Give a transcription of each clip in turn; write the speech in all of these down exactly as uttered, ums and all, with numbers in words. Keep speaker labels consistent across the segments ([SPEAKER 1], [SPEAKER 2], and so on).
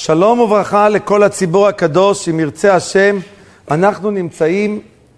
[SPEAKER 1] שלום וברכה לכל הציבור הקדוש, אם ירצה השם. אנחנו נמצאים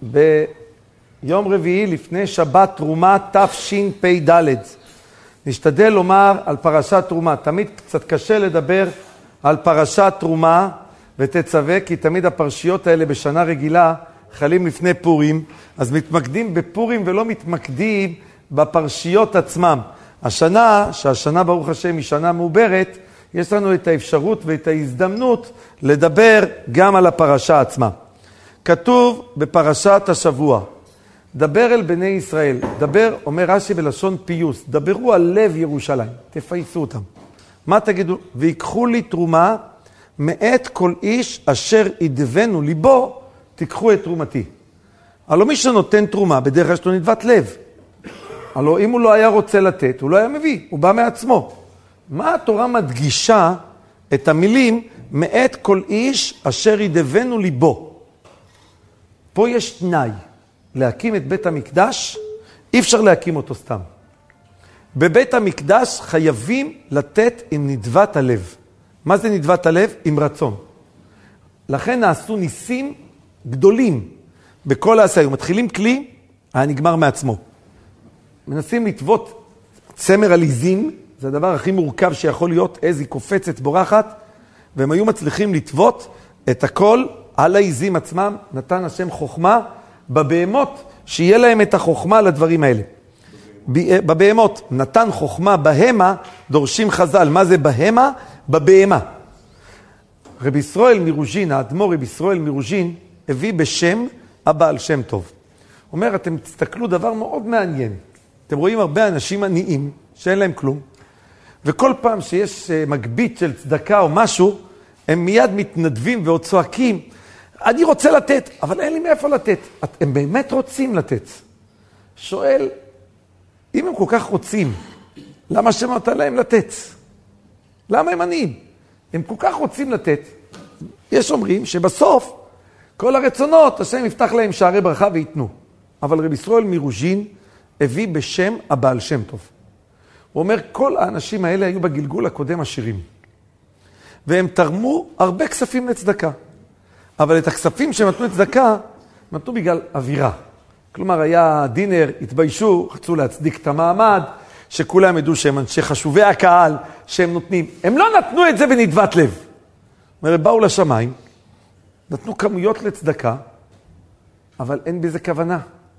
[SPEAKER 1] ביום רביעי לפני שבת תרומה תשפ"ד. נשתדל לומר על פרשת תרומה. תמיד קצת קשה לדבר על פרשת תרומה ותצווה, כי תמיד הפרשיות האלה בשנה רגילה חלים לפני פורים, אז מתמקדים בפורים ולא מתמקדים בפרשיות עצמם. השנה, שהשנה ברוך השם היא שנה מעוברת, יש לנו את האפשרות ואת ההזדמנות לדבר גם על הפרשה עצמה. כתוב בפרשת השבוע, דבר אל בני ישראל, דבר, אומר רש"י בלשון פיוס, דברו על לב ירושלים, תפייסו אותם. מה תגידו? ויקחו לי תרומה מאת כל איש אשר ידבנו ליבו, תיקחו את תרומתי. הלא מי שנותן תרומה, בדרך כלל יש לו נדבת לב. הלא אם הוא לא היה רוצה לתת, הוא לא היה מביא, הוא בא מעצמו. מה התורה מדגישה את המילים מאת כל איש אשר ידבנו ליבו? פה יש תנאי. להקים את בית המקדש, אי אפשר להקים אותו סתם. בבית המקדש חייבים לתת עם נדבת הלב. מה זה נדבת הלב? עם רצון. לכן נעשו ניסים גדולים בכל העשייה. מתחילים כלי, היה נגמר מעצמו. מנסים לטוות צמר על עיזים, זה הדבר הכי מורכב שיכול להיות, עז היא קופצת, בורחת, והם היו מצליחים לטוות את הכל על העיזים עצמם. נתן השם חוכמה בבהמות, שיהיה להם את החוכמה לדברים האלה. בבהמות, נתן חוכמה בהמה, דורשים חז"ל. מה זה בהמה? בבהמה. רבי ישראל מרוז'ין, האדמו"ר רבי ישראל מרוז'ין, הביא בשם הבעל שם טוב. אומר, אתם תסתכלו דבר מאוד מעניין. אתם רואים הרבה אנשים עניים שאין להם כלום, וכל פעם שיש מגבית של צדקה או משהו, הם מיד מתנדבים ועוד צועקים, אני רוצה לתת, אבל אין לי מאיפה לתת. הם באמת רוצים לתת. שואל, אם הם כל כך רוצים, למה השם נתן להם לתת? למה הם עניים? הם כל כך רוצים לתת. יש אומרים שבסוף, כל הרצונות, השם יפתח להם שערי ברכה ויתנו. אבל רבי ישראל מרוז'ין הביא בשם הבעל שם טוב. הוא אומר, כל האנשים האלה היו בגלגול הקודם עשירים. והם תרמו הרבה כספים לצדקה. אבל את הכספים שהם נתנו לצדקה, נתנו בגלל אווירה. כלומר, היה דינר, התביישו, רצו להצדיק את המעמד, שכולם ידעו שהם אנשי חשובי הקהל, שהם נותנים. הם לא נתנו את זה בנדבת לב. זאת אומרת, באו לשמיים, נתנו כמויות לצדקה, אבל אין בזה כוונה.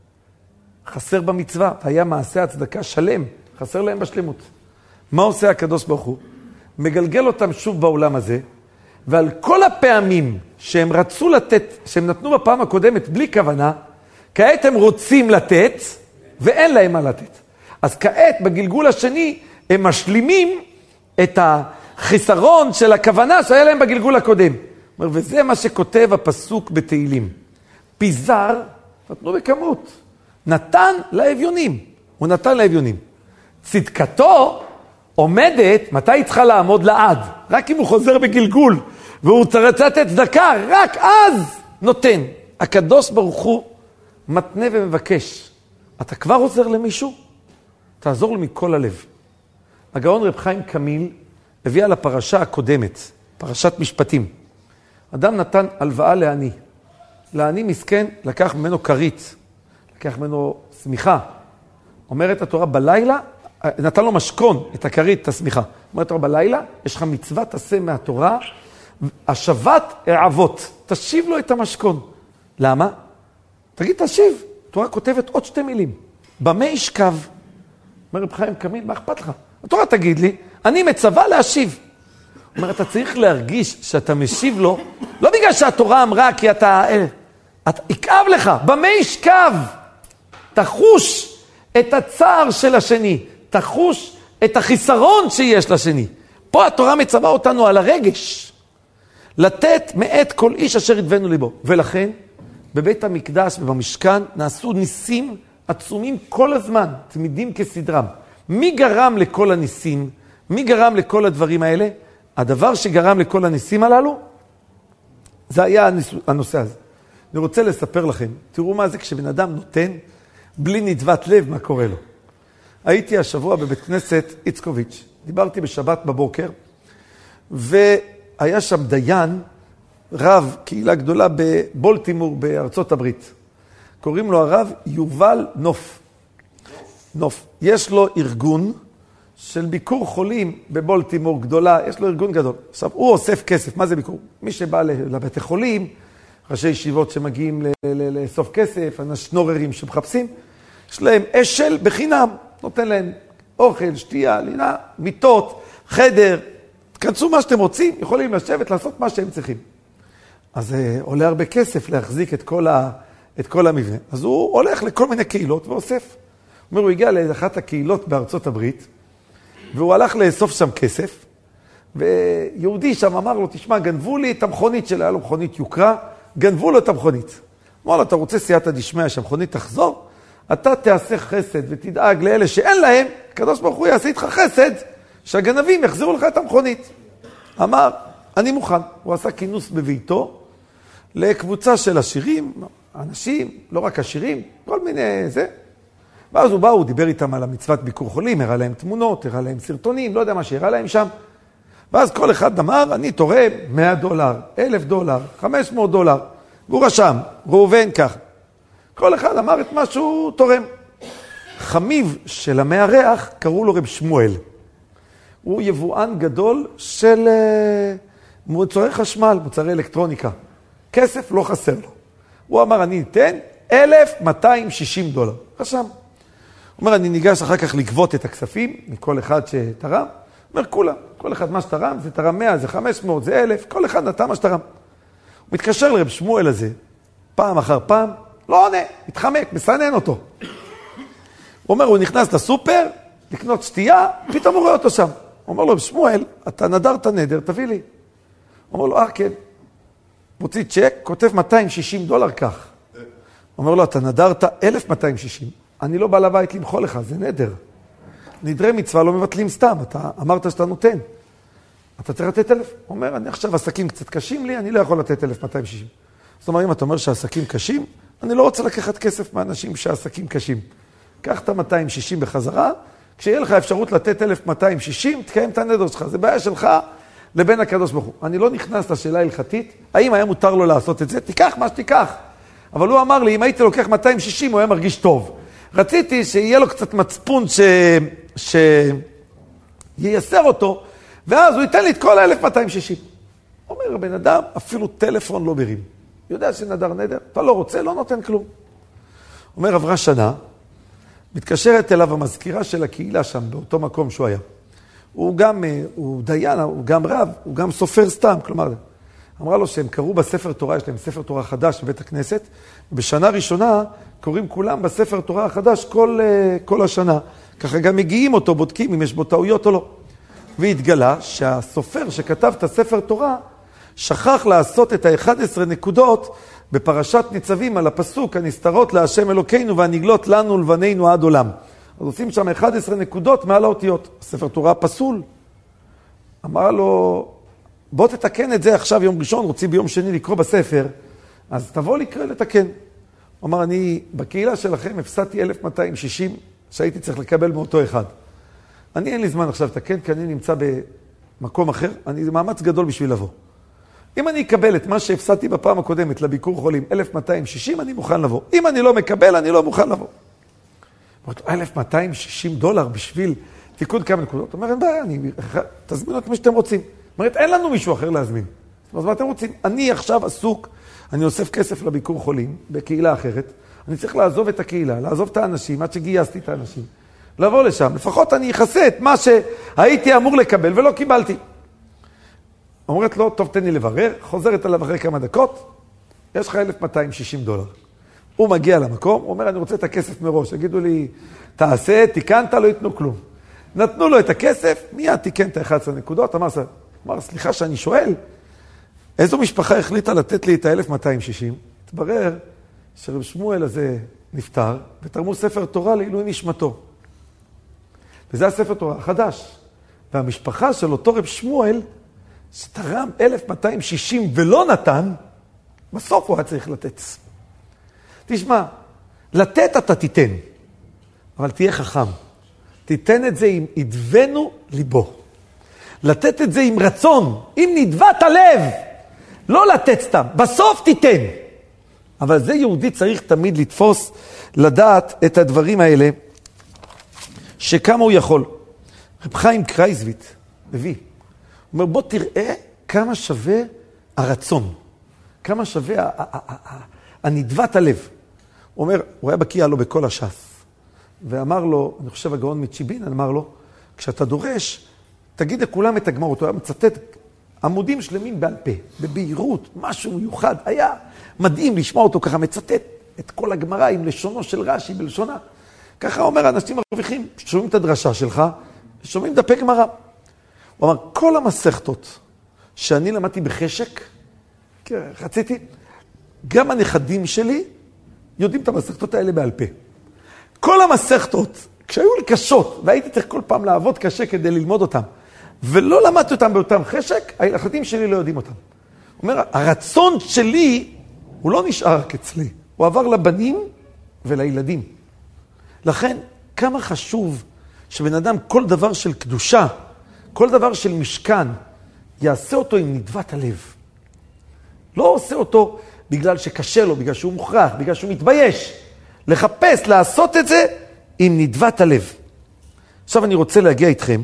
[SPEAKER 1] חסר במצווה, היה מעשה הצדקה שלם, חסר להם בשלמות. מה עושה הקדוש ברוך הוא? מגלגל אותם שוב בעולם הזה, ועל כל הפעמים שהם רצו לתת, שהם נתנו בפעם הקודמת בלי כוונה, כעת הם רוצים לתת, ואין להם מה לתת. אז כעת בגלגול השני הם משלימים את החיסרון של הכוונה שהיה להם בגלגול הקודם. וזה מה שכותב הפסוק בתהילים. פיזר, נתנו בכמות. נתן לאביונים. הוא נתן לאביונים. צדקתו עומדת, מתי היא צריכה לעמוד לעד? רק אם הוא חוזר בגלגול, והוא צריך לתת צדקה, רק אז נותן. הקדוש ברוך הוא מתנה ומבקש. אתה כבר עוזר למישהו? תעזור לו מכל הלב. הגאון רב חיים קמיל הביא על הפרשה הקודמת, פרשת משפטים. אדם נתן הלוואה לעני. לעני מסכן לקח ממנו כרית, לקח ממנו סמיכה. אומרת התורה בלילה, נתן לו משכון, את הכרית, את הסמיכה. אומרת התורה בלילה, יש לך מצווה תעשה מהתורה, השבת העבות, תשיב לו את המשכון. למה? תגיד תשיב. התורה כותבת עוד שתי מילים. במה ישכב? אומר רב חיים קמיל, מה אכפת לך? התורה תגיד לי, אני מצווה להשיב. אומר, אתה צריך להרגיש שאתה משיב לו, לא בגלל שהתורה אמרה, כי אתה, אתה יכאב לך, במה ישכב? תחוש את הצער של השני, תחוש את החיסרון שיש לשני. פה התורה מצווה אותנו על הרגש, לתת מאת כל איש אשר ידבנו ליבו. ולכן, בבית המקדש ובמשכן נעשו ניסים עצומים כל הזמן, תמידים כסדרם. מי גרם לכל הניסים? מי גרם לכל הדברים האלה? הדבר שגרם לכל הניסים הללו, זה היה הנושא הזה. אני רוצה לספר לכם, תראו מה זה כשבן אדם נותן, בלי נדבת לב, מה קורה לו. הייתי השבוע בבית כנסת איצקוביץ', דיברתי בשבת בבוקר, ו... היה שם דיין, רב, קהילה גדולה בבולטימור בארצות הברית. קוראים לו הרב יובל נוף. נוף. יש לו ארגון של ביקור חולים בבולטימור גדולה, יש לו ארגון גדול. עכשיו, הוא אוסף כסף. מה זה ביקור? מי שבא לבתי חולים, ראשי ישיבות שמגיעים לאסוף כסף, הנשנוררים שמחפשים, יש להם אשל בחינם, נותן להם אוכל, שתייה, לינה, מיטות, חדר, תכנסו מה שאתם רוצים, יכולים לשבת, לעשות מה שהם צריכים. אז זה עולה הרבה כסף להחזיק את כל, ה, את כל המבנה. אז הוא הולך לכל מיני קהילות ואוסף. הוא אומר, הוא הגיע לאחת הקהילות בארצות הברית, והוא הלך לאסוף שם כסף, ויהודי שם אמר לו, תשמע, גנבו לי את המכונית שלה, היה לו מכונית יוקרה, גנבו לו את המכונית. אמר לו, אתה רוצה סייעתא דשמיא שהמכונית תחזור? אתה תעשה חסד ותדאג לאלה שאין להם, הקדוש ברוך הוא יעשה איתך חסד, שהגנבים יחזירו לך את המכונית. אמר, אני מוכן. הוא עשה כינוס בביתו לקבוצה של עשירים, אנשים, לא רק עשירים, כל מיני זה. ואז הוא בא, הוא דיבר איתם על המצוות ביקור חולים, הראה להם תמונות, הראה להם סרטונים, לא יודע מה שהראה להם שם. ואז כל אחד אמר, אני תורם מאה דולר, אלף דולר, חמש מאות דולר. והוא רשם, ראובן כך. כל אחד אמר את מה שהוא תורם. חמיב של המארח, קראו לו רב שמואל. הוא יבואן גדול של מוצרי חשמל, מוצרי אלקטרוניקה. כסף לא חסר לו. הוא אמר, אני אתן אלף מאתיים ושישים דולר. רשם. הוא אומר, אני ניגש אחר כך לגבות את הכספים מכל אחד שתרם. הוא אומר, כולם, כל אחד מה שתרם, זה תרם מאה, זה חמש מאות, זה אלף, כל אחד נתן מה שתרם. הוא מתקשר לרב שמואל הזה, פעם אחר פעם, לא עונה, מתחמק, מסנן אותו. הוא אומר, הוא נכנס לסופר, לקנות שתייה, פתאום הוא רואה אותו שם. הוא אומר לו, רב שמואל, אתה נדרת נדר, תביא לי. הוא אומר לו, אה, כן. מוציא צ'ק, כותב מאתיים ושישים דולר כך. הוא אומר לו, אתה נדרת אלף מאתיים ושישים. אני לא בא לבית למחול לך, זה נדר. נדרי מצווה לא מבטלים סתם, אתה אמרת שאתה נותן. אתה צריך לתת אלף. הוא אומר, אני עכשיו עסקים קצת קשים לי, אני לא יכול לתת אלף מאתיים ושישים. זאת אומרת, אם אתה אומר שהעסקים קשים, אני לא רוצה לקחת כסף מאנשים שהעסקים קשים. קח את ה-מאתיים ושישים בחזרה, כשיהיה לך אפשרות לתת אלף מאתיים ושישים, תקיים את הנדר שלך. זה בעיה שלך לבין הקדוש ברוך הוא. אני לא נכנס לשאלה הלכתית, האם היה מותר לו לעשות את זה? תיקח מה שתיקח. אבל הוא אמר לי, אם הייתי לוקח מאתיים ושישים, הוא היה מרגיש טוב. רציתי שיהיה לו קצת מצפון ש... שייסר אותו, ואז הוא ייתן לי את כל ה-אלף מאתיים ושישים. אומר הבן אדם, אפילו טלפון לא מרים. יודע שנדר נדר, אתה לא רוצה, לא נותן כלום. אומר, עברה שנה, מתקשרת אליו המזכירה של הקהילה שם, באותו מקום שהוא היה. הוא גם, הוא דיין, הוא גם רב, הוא גם סופר סתם, כלומר, אמרה לו שהם קראו בספר תורה, יש להם ספר תורה חדש בבית הכנסת, בשנה ראשונה קוראים כולם בספר תורה החדש כל, כל השנה. ככה גם מגיעים אותו, בודקים אם יש בו טעויות או לא. והתגלה שהסופר שכתב את הספר תורה, שכח לעשות את ה-אחת עשרה נקודות בפרשת ניצבים על הפסוק, הנסתרות להשם אלוקינו והנגלות לנו לבנינו עד עולם. אז עושים שם אחת עשרה נקודות מעל האותיות. הספר תורה פסול. אמר לו, בוא תתקן את זה עכשיו יום ראשון, רוצים ביום שני לקרוא בספר, אז תבוא לקרוא לתקן. הוא אמר, אני בקהילה שלכם הפסדתי אלף מאתיים ושישים שהייתי צריך לקבל מאותו אחד. אני אין לי זמן עכשיו לתקן, כי אני נמצא במקום אחר, אני, זה מאמץ גדול בשביל לבוא. אם אני אקבל את מה שהפסדתי בפעם הקודמת לביקור חולים, אלף מאתיים ושישים, אני מוכן לבוא. אם אני לא מקבל, אני לא מוכן לבוא. אלף מאתיים ושישים דולר בשביל תיקון כמה נקודות. אומר, אין בעיה, אני... תזמינו את מה שאתם רוצים. אומרת, אין לנו מישהו אחר להזמין. אז מה אתם רוצים? אני עכשיו עסוק, אני אוסף כסף לביקור חולים בקהילה אחרת, אני צריך לעזוב את הקהילה, לעזוב את האנשים, עד שגייסתי את האנשים, לבוא לשם. לפחות אני אחסה את מה שהייתי אמור לקבל ולא קיבלתי. אומרת לו, טוב, תן לי לברר, חוזרת עליו אחרי כמה דקות, יש לך אלף מאתיים ושישים דולר. הוא מגיע למקום, הוא אומר, אני רוצה את הכסף מראש. יגידו לי, תעשה, תיקנת, לא ייתנו כלום. נתנו לו את הכסף, מיד תיקן את ה-אחת עשרה נקודות, אמר, אמר, סליחה שאני שואל, איזו משפחה החליטה לתת לי את ה-אלף מאתיים ושישים? התברר שרב שמואל הזה נפטר, ותרמו ספר תורה לעילוי נשמתו. וזה הספר תורה החדש. והמשפחה של אותו רב שמואל, שתרם אלף מאתיים ושישים ולא נתן, בסוף הוא היה צריך לתת. תשמע, לתת אתה תיתן, אבל תהיה חכם. תיתן את זה אם ידבנו ליבו. לתת את זה עם רצון, עם נדבת הלב. לא לתת סתם, בסוף תיתן. אבל זה יהודי צריך תמיד לתפוס, לדעת את הדברים האלה, שכמה הוא יכול. רב חיים קרייזוויט מביא, הוא אומר, בוא תראה כמה שווה הרצון, כמה שווה הנדבת הלב. הוא אומר, הוא היה בקיע לו בכל הש"ס, ואמר לו, אני חושב הגאון מצ'יבין, אמר לו, כשאתה דורש, תגיד לכולם את הגמרות. הוא היה מצטט עמודים שלמים בעל פה, בבהירות, משהו מיוחד. היה מדהים לשמוע אותו ככה, מצטט את כל הגמרא עם לשונו של רש"י בלשונה. ככה אומר, אנשים מרוויחים, שומעים את הדרשה שלך, שומעים דפי גמרא. הוא אמר, כל המסכתות שאני למדתי בחשק, רציתי, גם הנכדים שלי יודעים את המסכתות האלה בעל פה. כל המסכתות, כשהיו לי קשות, והייתי צריך כל פעם לעבוד קשה כדי ללמוד אותם, ולא למדתי אותם באותם חשק, הילדים שלי לא יודעים אותם. הוא אומר, הרצון שלי, הוא לא נשאר רק אצלי, הוא עבר לבנים ולילדים. לכן, כמה חשוב שבן אדם כל דבר של קדושה, כל דבר של משכן, יעשה אותו עם נדבת הלב. לא עושה אותו בגלל שקשה לו, בגלל שהוא מוכרח, בגלל שהוא מתבייש. לחפש, לעשות את זה עם נדבת הלב. עכשיו אני רוצה להגיע איתכם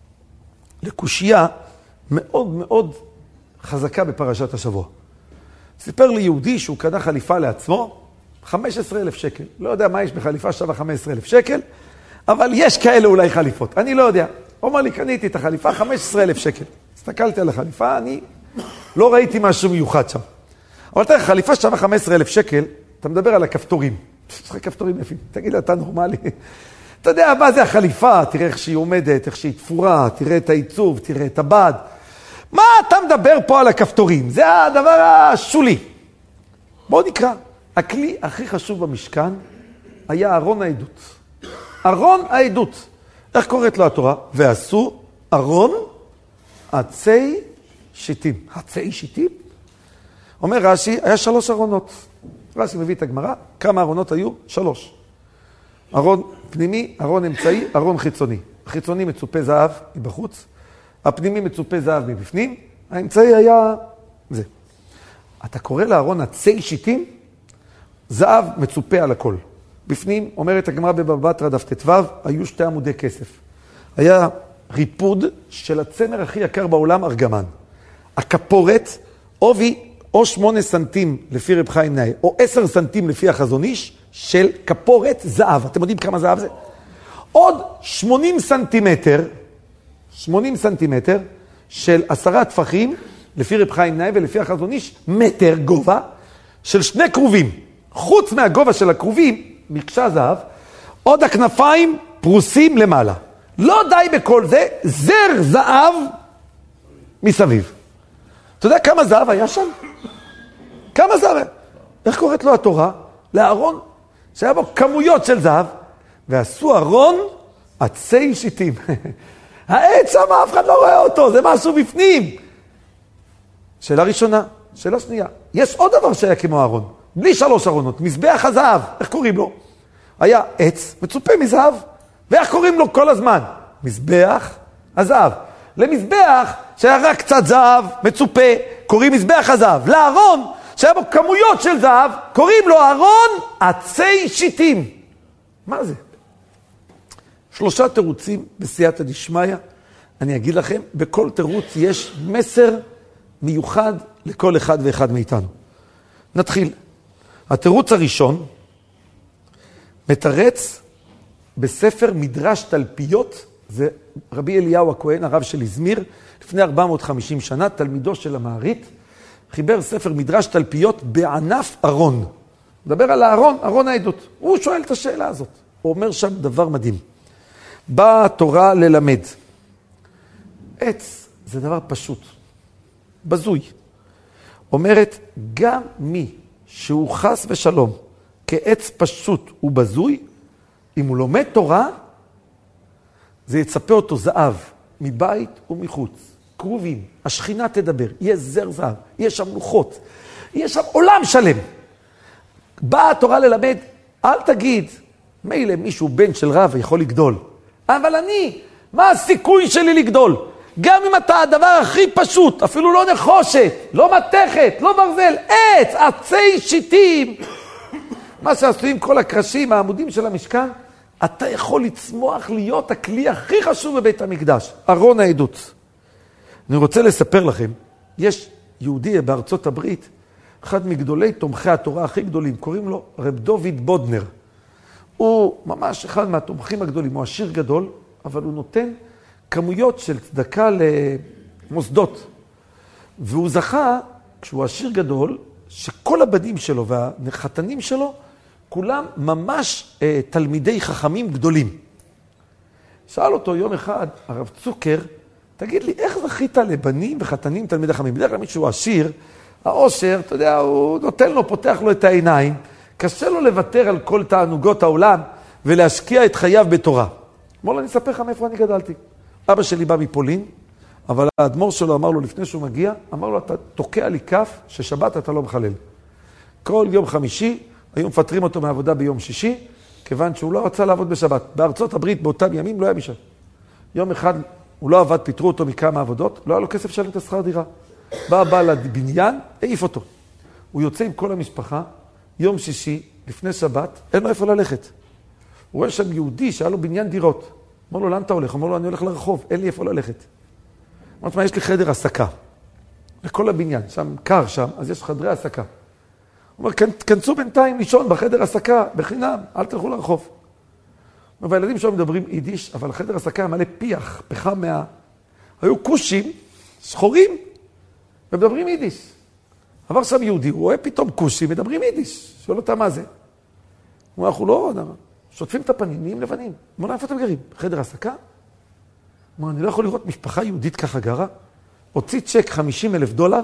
[SPEAKER 1] לקושייה מאוד מאוד חזקה בפרשת השבוע. סיפר לי יהודי שהוא קנה חליפה לעצמו, חמישה עשר אלף שקל. לא יודע מה יש בחליפה שווה חמישה עשר אלף שקל, אבל יש כאלה אולי חליפות. אני לא יודע. הוא אומר לי, קניתי את החליפה, חמישה עשר אלף שקל. הסתכלתי על החליפה, אני לא ראיתי משהו מיוחד שם. אבל תראה, חליפה שווה חמישה עשר אלף שקל, אתה מדבר על הכפתורים. יש לך כפתורים יפים. תגיד, אתה נורמלי. אתה יודע, מה זה החליפה? תראה איך שהיא עומדת, איך שהיא תפורה, תראה את העיצוב, תראה את הבד. מה אתה מדבר פה על הכפתורים? זה הדבר השולי. בואו נקרא. הכלי הכי חשוב במשכן היה ארון העדות. ארון העדות. איך קוראת לו התורה? ועשו ארון עצי שיטים. עצי שיטים? אומר רש"י, היה שלוש ארונות. רש"י מביא את הגמרא, כמה ארונות היו? שלוש. ארון פנימי, ארון אמצעי, ארון חיצוני. החיצוני מצופה זהב מבחוץ, הפנימי מצופה זהב מבפנים, האמצעי היה זה. אתה קורא לארון עצי שיטים? זהב מצופה על הכל. בפנים, אומרת הגמרא בבבא בתרא דף ט"ו, היו שתי עמודי כסף. היה ריפוד של הצמר הכי יקר בעולם, ארגמן. הכפורת, עובי או שמונה סנטים לפי רב חיים נאי, או עשר סנטים לפי החזון איש, של כפורת זהב. אתם יודעים כמה זהב זה? עוד שמונים סנטימטר, שמונים סנטימטר של עשרה טפחים, לפי רב חיים נאי ולפי החזון איש, מטר גובה של שני קרובים. חוץ מהגובה של הקרובים, מקשה זהב, עוד הכנפיים פרוסים למעלה. לא די בכל זה, זר זהב מסביב. אתה יודע כמה זהב היה שם? כמה זהב? איך קוראת לו התורה? לארון שהיה בו כמויות של זהב, ועשו ארון עצי שיטים. העץ שם אף אחד לא רואה אותו, זה משהו בפנים. שאלה ראשונה. שאלה שנייה. יש עוד דבר שהיה כמו ארון. בלי שלוש ארונות, מזבח הזהב, איך קוראים לו? היה עץ מצופה מזהב, ואיך קוראים לו כל הזמן? מזבח הזהב. למזבח שהיה רק קצת זהב, מצופה, קוראים מזבח הזהב. לארון שהיה בו כמויות של זהב, קוראים לו ארון עצי שיטים. מה זה? שלושה תירוצים בסייעתא דשמיא. אני אגיד לכם, בכל תירוץ יש מסר מיוחד לכל אחד ואחד מאיתנו. נתחיל. התירוץ הראשון מתרץ בספר מדרש תלפיות, זה רבי אליהו הכהן, הרב של איזמיר, לפני ארבע מאות וחמישים שנה, תלמידו של המערית, חיבר ספר מדרש תלפיות בענף ארון. מדבר על הארון, ארון העדות. הוא שואל את השאלה הזאת. הוא אומר שם דבר מדהים. באה התורה ללמד. עץ זה דבר פשוט, בזוי. אומרת, גם מי שהוא חס ושלום כעץ פשוט ובזוי, אם הוא לומד תורה, זה יצפה אותו זהב, מבית ומחוץ, קרובים, השכינה תדבר, יהיה זר זהב, יהיה שם לוחות, יהיה שם עולם שלם. באה התורה ללמד, אל תגיד, מילא מישהו בן של רב יכול לגדול, אבל אני, מה הסיכוי שלי לגדול? גם אם אתה הדבר הכי פשוט, אפילו לא נחושת, לא מתכת, לא ברזל, עץ, עצי שיטים, מה שעשויים כל הקרשים, העמודים של המשכן, אתה יכול לצמוח להיות הכלי הכי חשוב בבית המקדש, ארון העדות. אני רוצה לספר לכם, יש יהודי בארצות הברית, אחד מגדולי תומכי התורה הכי גדולים, קוראים לו רב דוד בודנר. הוא ממש אחד מהתומכים הגדולים, הוא עשיר גדול, אבל הוא נותן כמויות של צדקה למוסדות. והוא זכה, כשהוא עשיר גדול, שכל הבנים שלו והחתנים שלו, כולם ממש אה, תלמידי חכמים גדולים. שאל אותו יום אחד, הרב צוקר, תגיד לי, איך זכית לבנים וחתנים תלמידי חכמים? בדרך כלל מישהו עשיר, העושר, אתה יודע, הוא נותן לו, פותח לו את העיניים, קשה לו לוותר על כל תענוגות העולם ולהשקיע את חייו בתורה. אמר לו, אני אספר לך מאיפה אני גדלתי. אבא שלי בא מפולין, אבל האדמו"ר שלו אמר לו לפני שהוא מגיע, אמר לו, אתה תוקע לי כף ששבת אתה לא מחלל. כל יום חמישי, היו מפטרים אותו מעבודה ביום שישי, כיוון שהוא לא רצה לעבוד בשבת. בארצות הברית באותם ימים לא היה משם. יום אחד הוא לא עבד, פיטרו אותו מכמה עבודות, לא היה לו כסף לשלם את השכר דירה. בא בעל הבניין, העיף אותו. הוא יוצא עם כל המשפחה, יום שישי, לפני שבת, אין לו איפה ללכת. הוא רואה שם יהודי שהיה לו בניין דירות. אמר לו, לאן אתה הולך? אמר לו, אני הולך לרחוב, אין לי איפה ללכת. אמרת מה, יש לי חדר עסקה. לכל הבניין, שם קר שם, אז יש חדרי עסקה. הוא אומר, כנסו בינתיים לישון בחדר עסקה, בחינם, אל תלכו לרחוב. והילדים שם מדברים יידיש, אבל החדר עסקה מלא פיח, פחם מה... היו קושים, שחורים, ומדברים יידיש. עבר שם יהודי, הוא רואה פתאום קושים, מדברים יידיש. שואל אותה מה זה. הוא אומר, אנחנו לא... שוטפים את הפנים, נהיים לבנים. הוא אומר, איפה אתם גרים? חדר עסקה? הוא אומר, אני לא יכול לראות משפחה יהודית ככה גרה. הוציא צ'ק חמישים אלף דולר,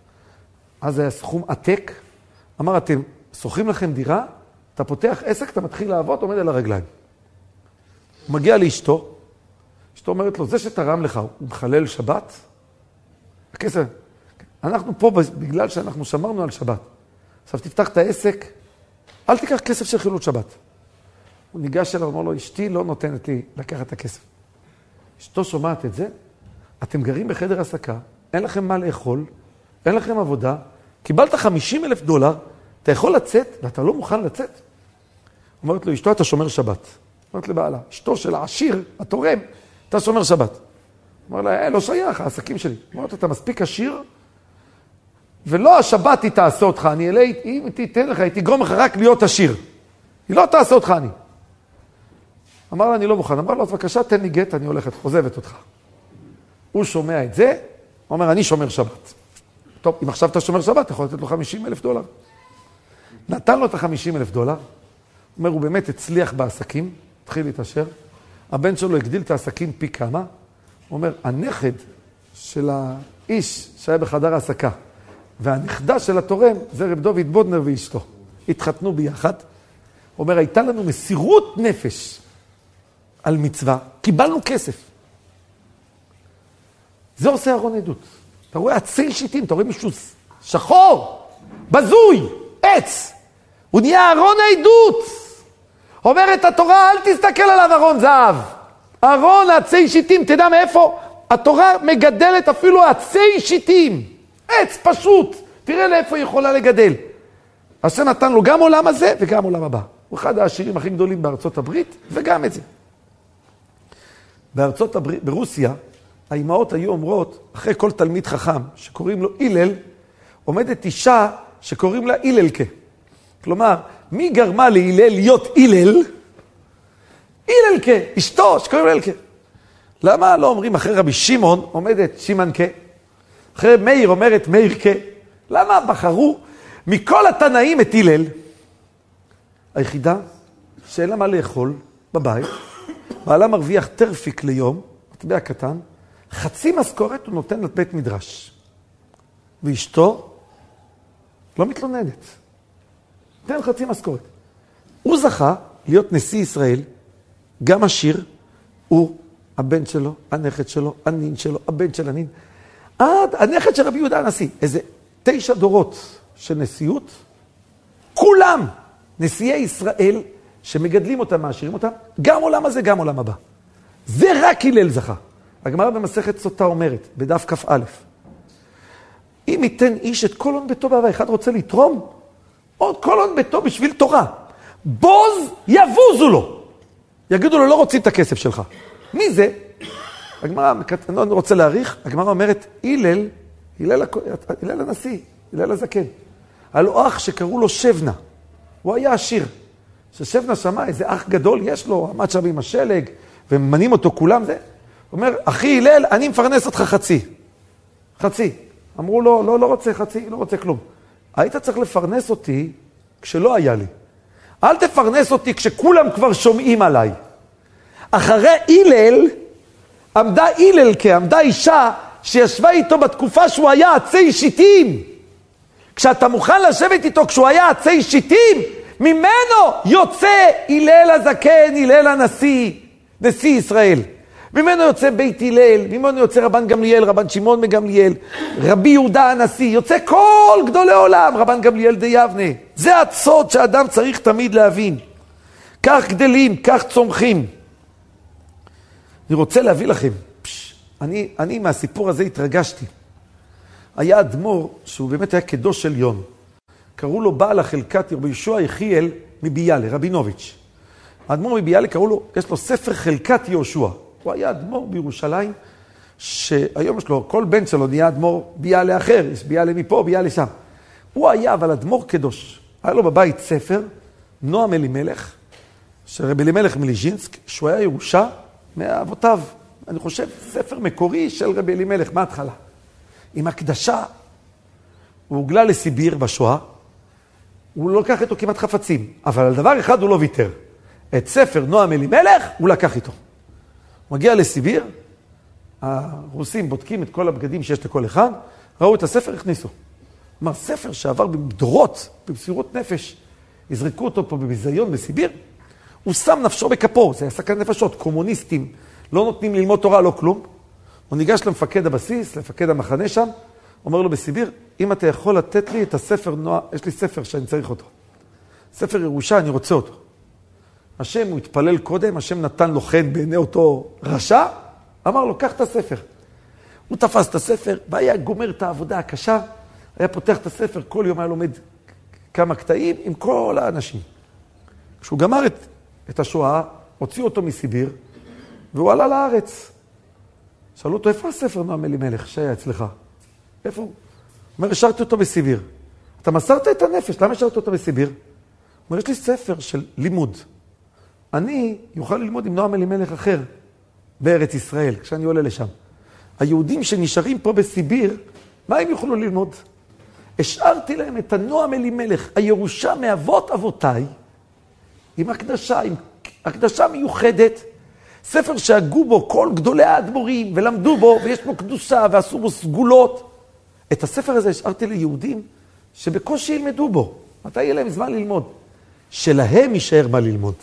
[SPEAKER 1] אז היה סכום עתק. אמר, אתם שוכרים לכם דירה, אתה פותח עסק, אתה מתחיל לעבוד, עומד על הרגליים. הוא מגיע לאשתו, אשתו אומרת לו, זה שתרם לך, הוא מחלל שבת? הכסף, אנחנו פה בגלל שאנחנו שמרנו על שבת. עכשיו תפתח את העסק, אל תיקח כסף של חילול שבת. הוא ניגש אליו, אמר לו, אשתי לא נותנת לי לקחת את הכסף. אשתו שומעת את זה, אתם גרים בחדר עסקה, אין לכם מה לאכול, אין לכם עבודה, קיבלת חמישים אלף דולר, אתה יכול לצאת, ואתה לא מוכן לצאת. אומרת לו, אשתו, אתה שומר שבת. אומרת לבעלה, אשתו של העשיר, התורם, אתה שומר שבת. אומר לה, אה, לא שייך, העסקים שלי. אומרת, אתה מספיק עשיר, ולא השבת היא תעשה אותך, אני אלה, אם תיתן לך, היא תגרום לך רק להיות עשיר. היא לא תעשה אותך אני. אמר לה, אני לא מוכן. אמר לו, אז בבקשה, תן לי גט, אני הולכת, עוזבת אותך. הוא שומע את זה, הוא אומר, אני שומר שבת. טוב, אם עכשיו אתה שומר שבת, אתה יכול לתת לו חמישים אלף דולר. נתן לו את ה-חמישים אלף דולר, אומר, הוא באמת הצליח בעסקים, התחיל להתעשר, הבן שלו הגדיל את העסקים פי כמה, הוא אומר, הנכד של האיש שהיה בחדר העסקה, והנכדה של התורם, זה רב דוד בודנר ואשתו. התחתנו ביחד, הוא אומר, הייתה לנו מסירות נפש על מצווה, קיבלנו כסף. זה עושה ארון עדות. אתה רואה עצי שיטים, אתה רואה מישהו שחור, בזוי, עץ. הוא נהיה ארון העדות. אומרת התורה, אל תסתכל עליו ארון זהב. ארון עצי שיטים, תדע מאיפה? התורה מגדלת אפילו עצי שיטים. עץ פשוט. תראה לאיפה היא יכולה לגדל. השם נתן לו גם עולם הזה וגם עולם הבא. הוא אחד העשירים הכי גדולים בארצות הברית, וגם את זה. בארצות הברית, ברוסיה, האימהות היו אומרות, אחרי כל תלמיד חכם שקוראים לו אילל, עומדת אישה שקוראים לה איללכה. כלומר, מי גרמה להילל להיות אילל? איללכה, אשתו שקוראים לה איללכה. למה לא אומרים אחרי רבי שמעון עומדת שימנכה? אחרי מאיר אומרת מאירכה? למה בחרו מכל התנאים את אילל? היחידה שאין לה מה לאכול בבית, בעלה מרוויח טרפיק ליום, מטבע קטן, חצי משכורת הוא נותן לבית מדרש. ואשתו לא מתלוננת. נותן חצי משכורת. הוא זכה להיות נשיא ישראל, גם עשיר, הוא, הבן שלו, הנכד שלו, הנין שלו, הבן של הנין. עד הנכד של רבי יהודה הנשיא. איזה תשע דורות של נשיאות, כולם נשיאי ישראל שמגדלים אותם, מעשירים אותם, גם עולם הזה, גם עולם הבא. זה רק הלל זכה. הגמרא במסכת סוטה אומרת, בדף כף א', אם ייתן איש את כל הון ביתו באהבה, אחד רוצה לתרום, עוד כל הון ביתו בשביל תורה. בוז יבוזו לו. יגידו לו, לא רוצים את הכסף שלך. מי זה? הגמרא, אני רוצה להעריך, הגמרא אומרת, הלל, הלל, הלל הנשיא, הלל הזקן. היה לו אח שקראו לו שבנה. הוא היה עשיר. ששבנה שמע, איזה אח גדול יש לו, עמד שם עם השלג, וממנים אותו כולם, זה. הוא אומר, אחי הלל, אני מפרנס אותך חצי. חצי. אמרו לו, לא, לא רוצה חצי, לא רוצה כלום. היית צריך לפרנס אותי כשלא היה לי. אל תפרנס אותי כשכולם כבר שומעים עליי. אחרי הלל, עמדה הלל כעמדה אישה שישבה איתו בתקופה שהוא היה עצי שיטים. כשאתה מוכן לשבת איתו כשהוא היה עצי שיטים, ממנו יוצא הלל הזקן, הלל הנשיא, נשיא ישראל. ממנו יוצא בית הלל, ממנו יוצא רבן גמליאל, רבן שמעון מגמליאל, רבי יהודה הנשיא, יוצא כל גדולי עולם, רבן גמליאל די יבנה. זה הצוד שאדם צריך תמיד להבין. כך גדלים, כך צומחים. אני רוצה להביא לכם, פש, אני, אני מהסיפור הזה התרגשתי. היה אדמו"ר שהוא באמת היה קדוש עליון. קראו לו בעל החלקת רבי יהושע יחיאל מביאלה, רבינוביץ'. האדמו"ר מביאלה קראו לו, יש לו ספר חלקת יהושע. הוא היה אדמו"ר בירושלים, שהיום יש לו, כל בן שלו נהיה אדמו"ר ביאלה אחר, יש ביאלה מפה, ביאלה שם. הוא היה אבל אדמו"ר קדוש. היה לו בבית ספר, נועם אלימלך, של רבי אלימלך מליז'ינסק, שהוא היה ירושה מאבותיו. אני חושב, ספר מקורי של רבי אלימלך, מההתחלה. עם הקדשה, הוא הוגלה לסיביר בשואה, הוא לא לקח איתו כמעט חפצים, אבל על דבר אחד הוא לא ויתר. את ספר נועם אלימלך הוא לקח איתו. הוא מגיע לסיביר, הרוסים בודקים את כל הבגדים שיש לכל אחד, ראו את הספר, הכניסו. כלומר, ספר שעבר בדורות, במסירות נפש, הזרקו אותו פה בביזיון בסיביר, הוא שם נפשו בכפו, זה היה סכנת נפשות, קומוניסטים, לא נותנים ללמוד תורה, לא כלום. הוא ניגש למפקד הבסיס, למפקד המחנה שם, אומר לו בסיביר, אם אתה יכול לתת לי את הספר, נוע... יש לי ספר שאני צריך אותו. ספר ירושה, אני רוצה אותו. השם, הוא התפלל קודם, השם נתן לו חן בעיני אותו רשע, אמר לו, קח את הספר. הוא תפס את הספר, והיה גומר את העבודה הקשה, היה פותח את הספר, כל יום היה לומד כמה קטעים עם כל האנשים. כשהוא גמר את, את השואה, הוציאו אותו מסיביר, והוא עלה לארץ. שאלו אותו, איפה הספר נועם אלימלך שהיה אצלך? איפה הוא? הוא אומר, השארתי אותו בסיביר. אתה מסרת את הנפש, למה השארתי אותו בסיביר? הוא אומר, יש לי ספר של לימוד. אני יוכל ללמוד עם נועם אלימלך אחר בארץ ישראל, כשאני עולה לשם. היהודים שנשארים פה בסיביר, מה הם יוכלו ללמוד? השארתי להם את הנועם אלימלך, הירושה מאבות אבותיי, עם הקדשה, עם הקדשה מיוחדת, ספר שהגו בו כל גדולי האדמו"רים ולמדו בו, ויש בו קדושה ועשו בו סגולות. את הספר הזה השארתי ליהודים שבקושי ילמדו בו. מתי יהיה להם זמן ללמוד? שלהם יישאר מה ללמוד.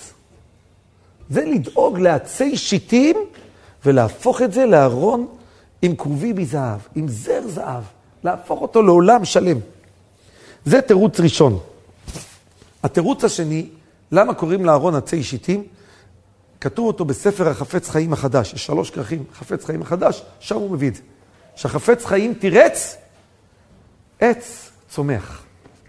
[SPEAKER 1] זה לדאוג לעצי שיטים ולהפוך את זה לארון עם קרובי מזהב, עם זר זהב, להפוך אותו לעולם שלם. זה תירוץ ראשון. התירוץ השני, למה קוראים לארון עצי שיטים? כתוב אותו בספר החפץ חיים החדש, יש שלוש כרכים, חפץ חיים החדש, שם הוא מביא את זה. שהחפץ חיים תירץ, עץ צומח.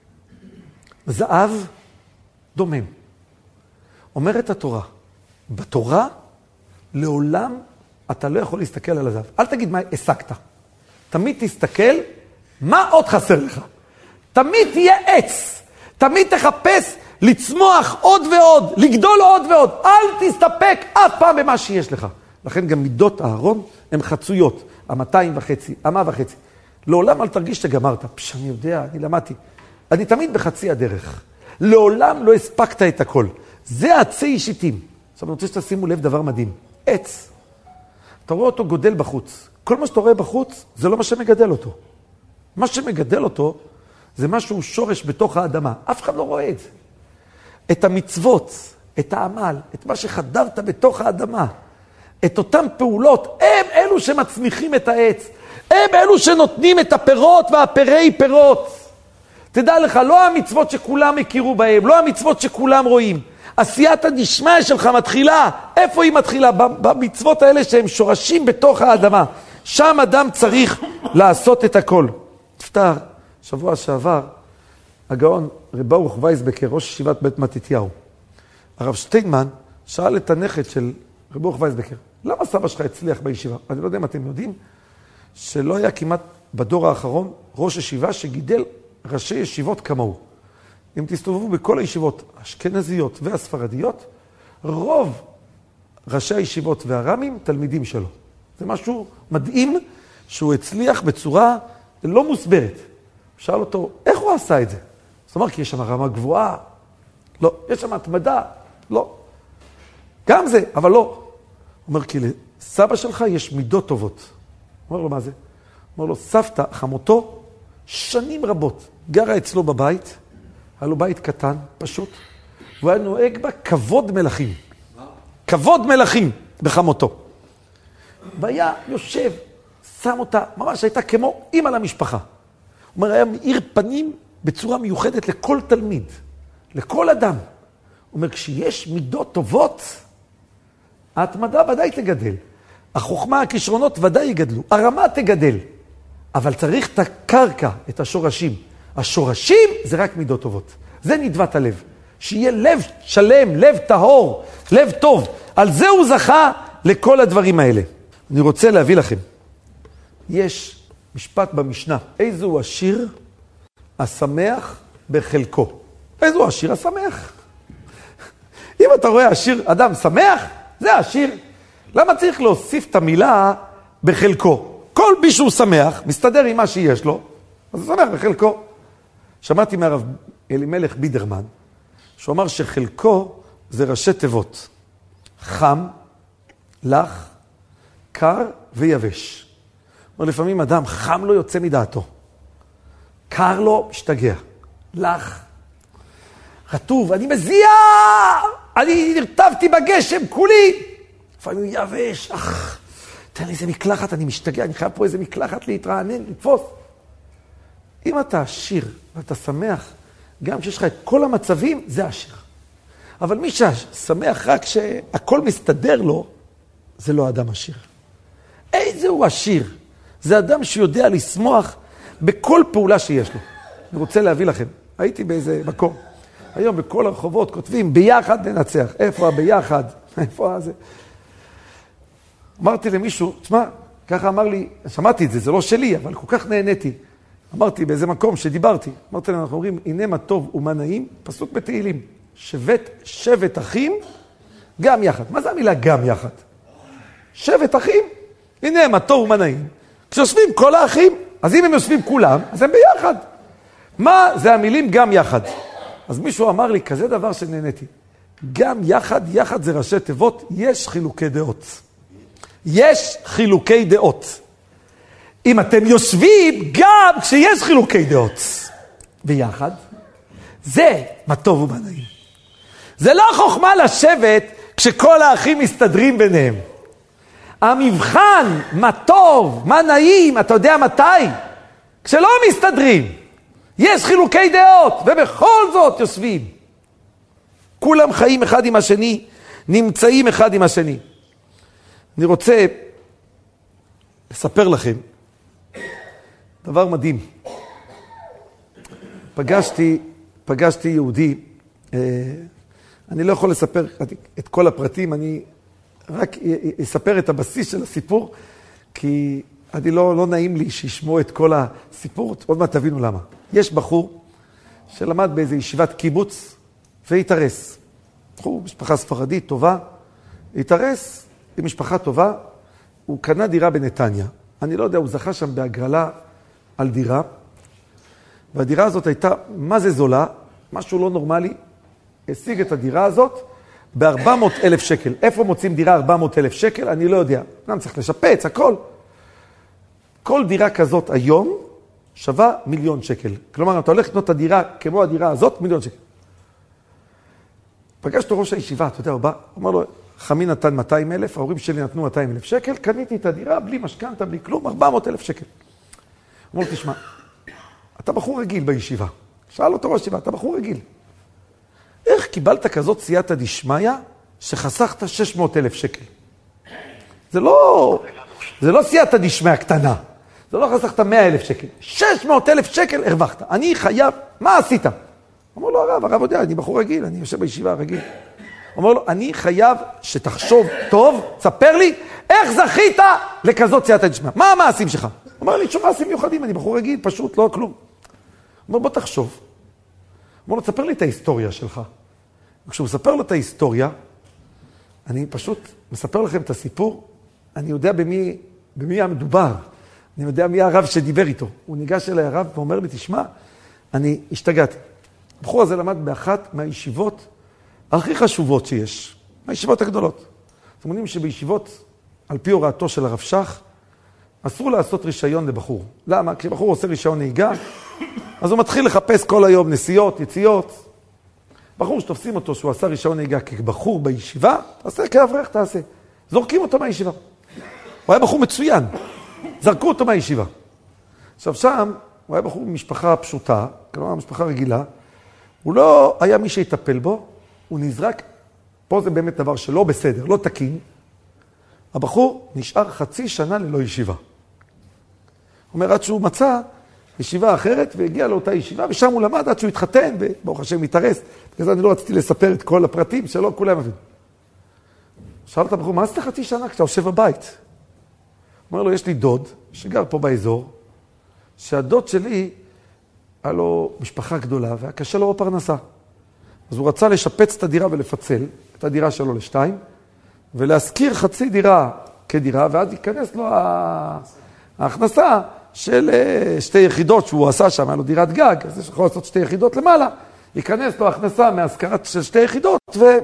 [SPEAKER 1] זהב דומם. אומרת התורה, בתורה לעולם אתה לא יכול להסתכל על הזהב. אל תגיד מה הסקת. תמיד תסתכל מה עוד חסר לך. תמיד תהיה עץ. תמיד תחפש לצמוח עוד ועוד, לגדול עוד ועוד. אל תסתפק אף פעם במה שיש לך. לכן גם מידות הארון הן חצויות. המאתיים וחצי, המה וחצי. לעולם אל תרגיש שגמרת. פש, אני יודע, אני למדתי. אני תמיד בחצי הדרך. לעולם לא הספקת את הכל. זה עצי שיטים. עכשיו אני רוצה שתשימו לב דבר מדהים. עץ. אתה רואה אותו גודל בחוץ. כל מה שאתה רואה בחוץ, זה לא מה שמגדל אותו. מה שמגדל אותו, זה משהו שורש בתוך האדמה. אף אחד לא רואה את זה. את המצוות, את העמל, את מה שחדרת בתוך האדמה, את אותם פעולות, הם אלו שמצמיחים את העץ. הם אלו שנותנים את הפירות והפירי פירות. תדע לך, לא המצוות שכולם הכירו בהם, לא המצוות שכולם רואים. עשיית הנשמע שלך מתחילה. איפה היא מתחילה? במצוות האלה שהם שורשים בתוך האדמה. שם אדם צריך לעשות את הכל. נפטר, שבוע שעבר, הגאון רב ברוך וייסבקר, ראש ישיבת בית מתתיהו. הרב שטיינמן שאל את הנכד של רב ברוך וייסבקר, למה סבא שלך הצליח בישיבה? אני לא יודע אם אתם יודעים, שלא היה כמעט בדור האחרון ראש ישיבה שגידל ראשי ישיבות כמוהו. אם תסתובבו בכל הישיבות האשכנזיות והספרדיות, רוב ראשי הישיבות והרמים תלמידים שלו. זה משהו מדהים שהוא הצליח בצורה לא מוסברת. שאל אותו, איך הוא עשה את זה? זאת אומרת, כי יש שם רמה גבוהה. לא. יש שם התמדה. לא. גם זה, אבל לא. הוא אומר, כי לסבא שלך יש מידות טובות. הוא אומר לו, מה זה? הוא אומר לו, סבתא, חמותו, שנים רבות, גרה אצלו בבית, היה לו בית קטן, פשוט, והוא היה נוהג בה כבוד מלכים. כבוד מלכים בחמותו. והיה יושב, שם אותה, ממש הייתה כמו אמא למשפחה. הוא אומר, היה מאיר פנים בצורה מיוחדת לכל תלמיד, לכל אדם. הוא אומר, כשיש מידות טובות, ההתמדה ודאי תגדל. החוכמה, הכישרונות ודאי יגדלו. הרמה תגדל. אבל צריך את הקרקע, את השורשים. השורשים זה רק מידות טובות. זה נדבת הלב. שיהיה לב שלם, לב טהור, לב טוב. על זה הוא זכה לכל הדברים האלה. אני רוצה להביא לכם. יש משפט במשנה. איזה הוא עשיר השמח בחלקו. איזה הוא עשיר השמח? אם אתה רואה עשיר, אדם שמח, זה עשיר. למה צריך להוסיף את המילה בחלקו? כל מישהו שמח, מסתדר עם מה שיש לו, אז הוא שמח בחלקו. שמעתי מהרב אלימלך בידרמן, שהוא אמר שחלקו זה ראשי תיבות. חם, לח, קר ויבש. אומר, לפעמים אדם חם לו יוצא מדעתו. קר לו, משתגע. לח, רטוב, אני מזיע! אני נרטבתי בגשם, כולי! לפעמים יבש, אך, תן לי איזה מקלחת, אני משתגע, אני חייב פה איזה מקלחת להתרענן, לתפוס. אם אתה עשיר ואתה שמח, גם כשיש לך את כל המצבים, זה עשיר. אבל מי ששמח רק שהכל מסתדר לו, זה לא אדם עשיר. איזה הוא עשיר? זה אדם שיודע לשמוח בכל פעולה שיש לו. אני רוצה להביא לכם, הייתי באיזה מקום. היום בכל הרחובות כותבים, ביחד ננצח. איפה הביחד? איפה הזה? אמרתי למישהו, תשמע, ככה אמר לי, שמעתי את זה, זה לא שלי, אבל כל כך נהניתי. אמרתי באיזה מקום שדיברתי, אמרתי להם, אנחנו אומרים, הנה מה טוב ומה נעים, פסוק בתהילים, שבט, שבט אחים, גם יחד. מה זה המילה גם יחד? שבט אחים, הנה מה טוב ומה נעים. כשיושבים כל האחים, אז אם הם יושבים כולם, אז הם ביחד. מה זה המילים גם יחד? אז מישהו אמר לי, כזה דבר שנהניתי. גם יחד, יחד זה ראשי תיבות, יש חילוקי דעות. יש חילוקי דעות. אם אתם יושבים, גם כשיש חילוקי דעות. ביחד, זה מה טוב ומה נעים. זה לא חוכמה לשבת כשכל האחים מסתדרים ביניהם. המבחן, מה טוב, מה נעים, אתה יודע מתי? כשלא מסתדרים. יש חילוקי דעות, ובכל זאת יושבים. כולם חיים אחד עם השני, נמצאים אחד עם השני. אני רוצה לספר לכם דבר מדהים. פגשתי, פגשתי יהודי, אני לא יכול לספר את כל הפרטים, אני רק אספר את הבסיס של הסיפור, כי אני לא, לא נעים לי שישמעו את כל הסיפור, עוד מעט תבינו למה. יש בחור שלמד באיזו ישיבת קיבוץ והתארס. בחור, משפחה ספרדית טובה, התארס עם משפחה טובה, הוא קנה דירה בנתניה. אני לא יודע, הוא זכה שם בהגרלה על דירה, והדירה הזאת הייתה, מה זה זולה? משהו לא נורמלי, השיג את הדירה הזאת ב-ארבע מאות אלף שקל. איפה מוצאים דירה ארבע מאות אלף שקל? אני לא יודע. גם צריך לשפץ, הכל. כל דירה כזאת היום שווה מיליון שקל. כלומר, אתה הולך לקנות את הדירה כמו הדירה הזאת, מיליון שקל. פגש אותו ראש הישיבה, אתה יודע, הוא בא, אמר לו, חמי נתן מאתיים אלף, ההורים שלי נתנו מאתיים אלף שקל, קניתי את הדירה בלי משכנתה, בלי כלום, ארבע מאות אלף שקל. הוא אומר לו, תשמע, אתה בחור רגיל בישיבה, שאל אותו ראש ישיבה, אתה בחור רגיל. איך קיבלת כזאת סייעתא דשמיא שחסכת שש מאות אלף שקל? זה לא, זה לא סייעתא דשמיא קטנה. זה לא חסכת מאה אלף שקל. שש מאות אלף שקל הרווחת. אני חייב, מה עשית? אומר לו הרב, הרב יודע, אני בחור רגיל, אני יושב בישיבה רגיל. אומר לו, אני חייב שתחשוב טוב, תספר לי, איך זכית לכזאת סייעתא דשמיא? מה המעשים שלך? אומר לי, שום מעשים מיוחדים, אני בחור רגיל, פשוט, לא כלום. אומר, בוא תחשוב. אומר לו, תספר לי את ההיסטוריה שלך. וכשהוא מספר לו את ההיסטוריה, אני פשוט מספר לכם את הסיפור, אני יודע במי, במי המדובר. אני יודע מי הרב שדיבר איתו. הוא ניגש אליי הרב ואומר לי, תשמע, אני השתגעתי. הבחור הזה למד באחת מהישיבות הכי חשובות שיש, מהישיבות הגדולות. אתם יודעים שבישיבות, על פי הוראתו של הרב שך, אסור לעשות רישיון לבחור. למה? כשבחור עושה רישיון נהיגה, אז הוא מתחיל לחפש כל היום נסיעות, יציאות. בחור שתופסים אותו שהוא עשה רישיון נהיגה כבחור בישיבה, תעשה כאברך, תעשה. זורקים אותו מהישיבה. הוא היה בחור מצוין. זרקו אותו מהישיבה. עכשיו שם, הוא היה בחור במשפחה פשוטה, כלומר משפחה רגילה, הוא לא היה מי שיטפל בו, הוא נזרק, פה זה באמת דבר שלא בסדר, לא תקין. הבחור נשאר חצי שנה ללא ישיבה. הוא אומר, עד שהוא מצא ישיבה אחרת, והגיע לאותה ישיבה, ושם הוא למד עד שהוא התחתן, וברוך השם מתארס. בגלל זה אני לא רציתי לספר את כל הפרטים, שלא כולם מבין. שאל את הבחור, מה עשית חצי שנה כשאתה יושב בבית? אומר לו, יש לי דוד שגר פה באזור, שהדוד שלי היה לו משפחה גדולה, והיה קשה לו בפרנסה. אז הוא רצה לשפץ את הדירה ולפצל את הדירה שלו לשתיים, ולהזכיר חצי דירה כדירה, ואז ייכנס לו ההכנסה של שתי יחידות שהוא עשה שם, היה לו דירת גג, אז יש יכול לעשות שתי יחידות למעלה, ייכנס לו ההכנסה מהזכרת של שתי יחידות,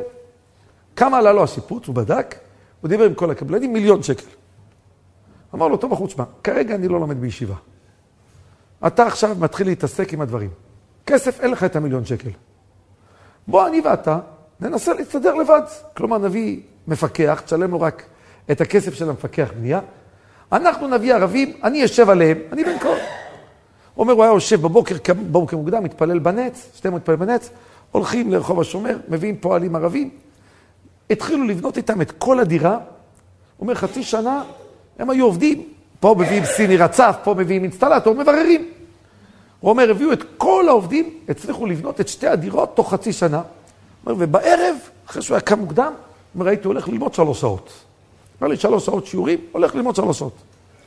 [SPEAKER 1] וכמה עלה לו השיפוץ, הוא בדק, הוא דיבר עם כל הקבלנים, מיליון שקל. אמר לו, טוב בחוץ, מה, כרגע אני לא לומד בישיבה. אתה עכשיו מתחיל להתעסק עם הדברים. כסף, אין לך את המיליון שקל. בוא, אני ואתה, ננסה להסתדר לבד. כלומר, נביא מפקח, תשלם לו רק את הכסף של המפקח בנייה. אנחנו נביא ערבים, אני יושב עליהם, אני בן כה. אומר, הוא היה יושב בבוקר, בבוקר מוקדם, מתפלל בנץ, שתיים מתפלל בנץ, הולכים לרחוב השומר, מביאים פועלים ערבים. התחילו לבנות איתם את כל הדירה. אומר, חצי שנה, הם היו עובדים. פה מביאים סיני רצף, פה מביאים אינסטלטור, מבררים. הוא אומר, הביאו את כל העובדים, הצליחו לבנות את שתי הדירות תוך חצי שנה. אומר, ובערב, אחרי שהוא היה קם מוקדם, אומר, הייתי הולך ללמוד שלוש שעות. אומר לי, שלוש שעות שיעורים, הולך ללמוד שלוש שעות.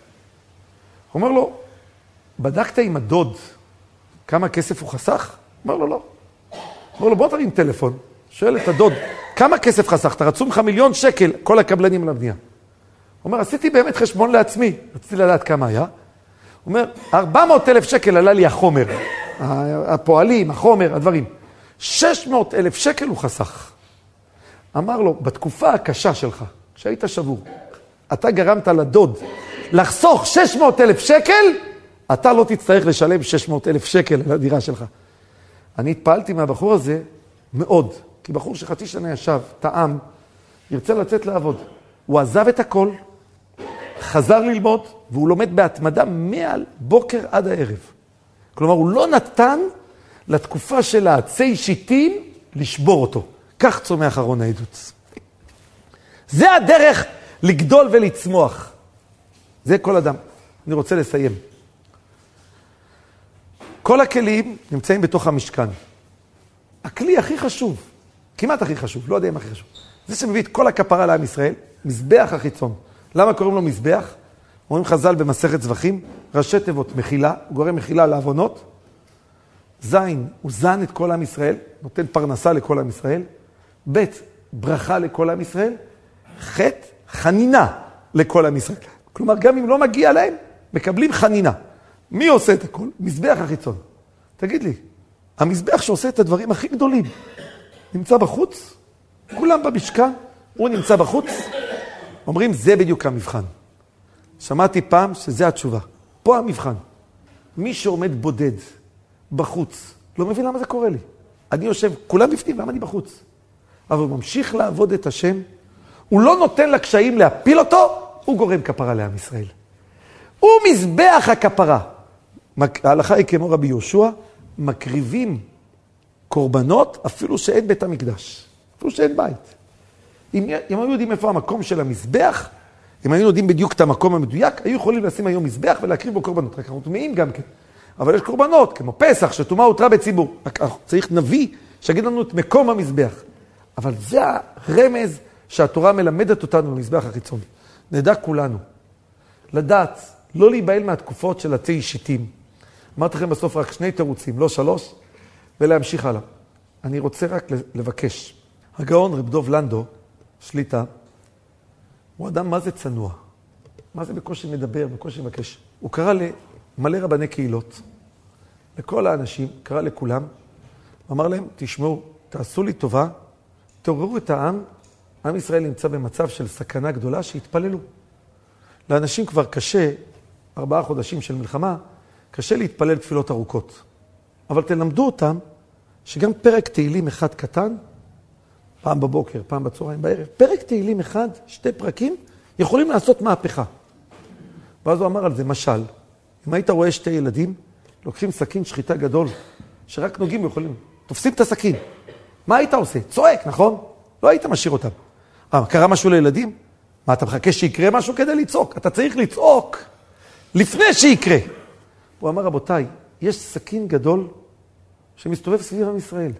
[SPEAKER 1] הוא אומר לו, בדקת עם הדוד כמה כסף הוא חסך? אומר לו, לא. אומר לו, בוא תרים טלפון. שואל את הדוד, כמה כסף חסכת? רצו לך מיליון שקל, כל הקבלנים לבנייה. הוא אומר, עשיתי באמת חשבון לעצמי. רציתי לדעת כמה היה. הוא אומר, ארבע מאות אלף שקל עלה לי החומר. הפועלים, החומר, הדברים. שש מאות אלף שקל הוא חסך. אמר לו, בתקופה הקשה שלך, כשהיית שבור, אתה גרמת לדוד לחסוך שש מאות אלף שקל, אתה לא תצטרך לשלם שש מאות אלף שקל על הדירה שלך. אני התפעלתי מהבחור הזה מאוד, כי בחור שחצי שנה ישב, טעם, ירצה לצאת לעבוד. הוא עזב את הכל, חזר ללמוד, והוא לומד בהתמדה מעל בוקר עד הערב. כלומר, הוא לא נתן לתקופה של העצי שיטים לשבור אותו. כך צומח ארון העדות. זה הדרך לגדול ולצמוח. זה כל אדם. אני רוצה לסיים. כל הכלים נמצאים בתוך המשכן. הכלי הכי חשוב, כמעט הכי חשוב, לא יודע אם הכי חשוב, זה שמביא את כל הכפרה לעם ישראל, מזבח החיצון. למה קוראים לו מזבח? אומרים חז"ל במסכת זבחים, ראשי תיבות מחילה, הוא גורם מחילה לעוונות. זין, הוא זן את כל עם ישראל, נותן פרנסה לכל עם ישראל. ב' ברכה לכל עם ישראל. ח' חנינה לכל עם ישראל. כלומר, גם אם לא מגיע להם, מקבלים חנינה. מי עושה את הכל? מזבח החיצון. תגיד לי, המזבח שעושה את הדברים הכי גדולים, נמצא בחוץ? כולם במשכן, הוא נמצא בחוץ? אומרים, זה בדיוק המבחן. שמעתי פעם שזה התשובה. פה המבחן. מי שעומד בודד בחוץ, לא מבין למה זה קורה לי. אני יושב, כולם בפנים, למה אני בחוץ? אבל הוא ממשיך לעבוד את השם, הוא לא נותן לקשיים להפיל אותו, הוא גורם כפרה לעם ישראל. הוא מזבח הכפרה. ההלכה היא כמו רבי יהושע, מקריבים קורבנות אפילו שאין בית המקדש, אפילו שאין בית. אם, אם היו יודעים איפה המקום של המזבח, אם היו יודעים בדיוק את המקום המדויק, היו יכולים לשים היום מזבח ולהקריב בו קורבנות. רק אנחנו טומאים גם כן. אבל יש קורבנות, כמו פסח, שטומאה הותרה בציבור. צריך נביא שיגיד לנו את מקום המזבח. אבל זה הרמז שהתורה מלמדת אותנו במזבח החיצוני. נדע כולנו. לדעת, לא להיבהל מהתקופות של עצי אישיתים. אמרתי לכם בסוף רק שני תירוצים, לא שלוש, ולהמשיך הלאה. אני רוצה רק לבקש. הגאון רב דוב לנדו, שליטה, הוא אדם מה זה צנוע. מה זה בקושי מדבר, בקושי מבקש. הוא קרא למלא רבני קהילות, לכל האנשים, קרא לכולם, אמר להם, תשמעו, תעשו לי טובה, תעוררו את העם, עם ישראל נמצא במצב של סכנה גדולה, שהתפללו. לאנשים כבר קשה, ארבעה חודשים של מלחמה, קשה להתפלל תפילות ארוכות. אבל תלמדו אותם, שגם פרק תהילים אחד קטן, פעם בבוקר, פעם בצהריים, בערב, פרק תהילים אחד, שתי פרקים, יכולים לעשות מהפכה. ואז הוא אמר על זה, משל, אם היית רואה שתי ילדים, לוקחים סכין שחיטה גדול, שרק נוגעים יכולים, תופסים את הסכין. מה היית עושה? צועק, נכון? לא היית משאיר אותם. אה, קרה משהו לילדים? מה, אתה מחכה שיקרה משהו כדי לצעוק? אתה צריך לצעוק לפני שיקרה. הוא אמר, רבותיי, יש סכין גדול שמסתובב סביב עם ישראל.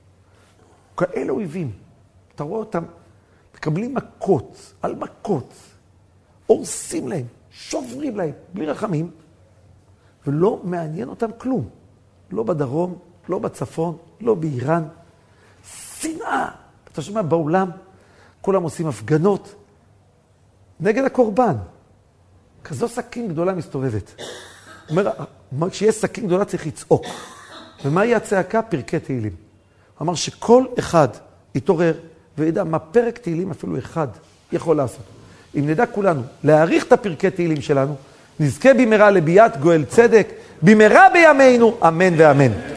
[SPEAKER 1] כאלה אויבים. אתה רואה אותם, מקבלים מכות, על מכות, הורסים להם, שוברים להם, בלי רחמים, ולא מעניין אותם כלום. לא בדרום, לא בצפון, לא באיראן. שנאה. אתה שומע בעולם, כולם עושים הפגנות נגד הקורבן. כזו סכין גדולה מסתובבת. הוא אומר, כשיש סכין גדולה צריך לצעוק. ומה יהיה הצעקה? פרקי תהילים. הוא אמר שכל אחד יתעורר וידע מה פרק תהילים אפילו אחד יכול לעשות. אם נדע כולנו להעריך את הפרקי תהילים שלנו, נזכה במהרה לביאת גואל צדק, במהרה בימינו, אמן ואמן.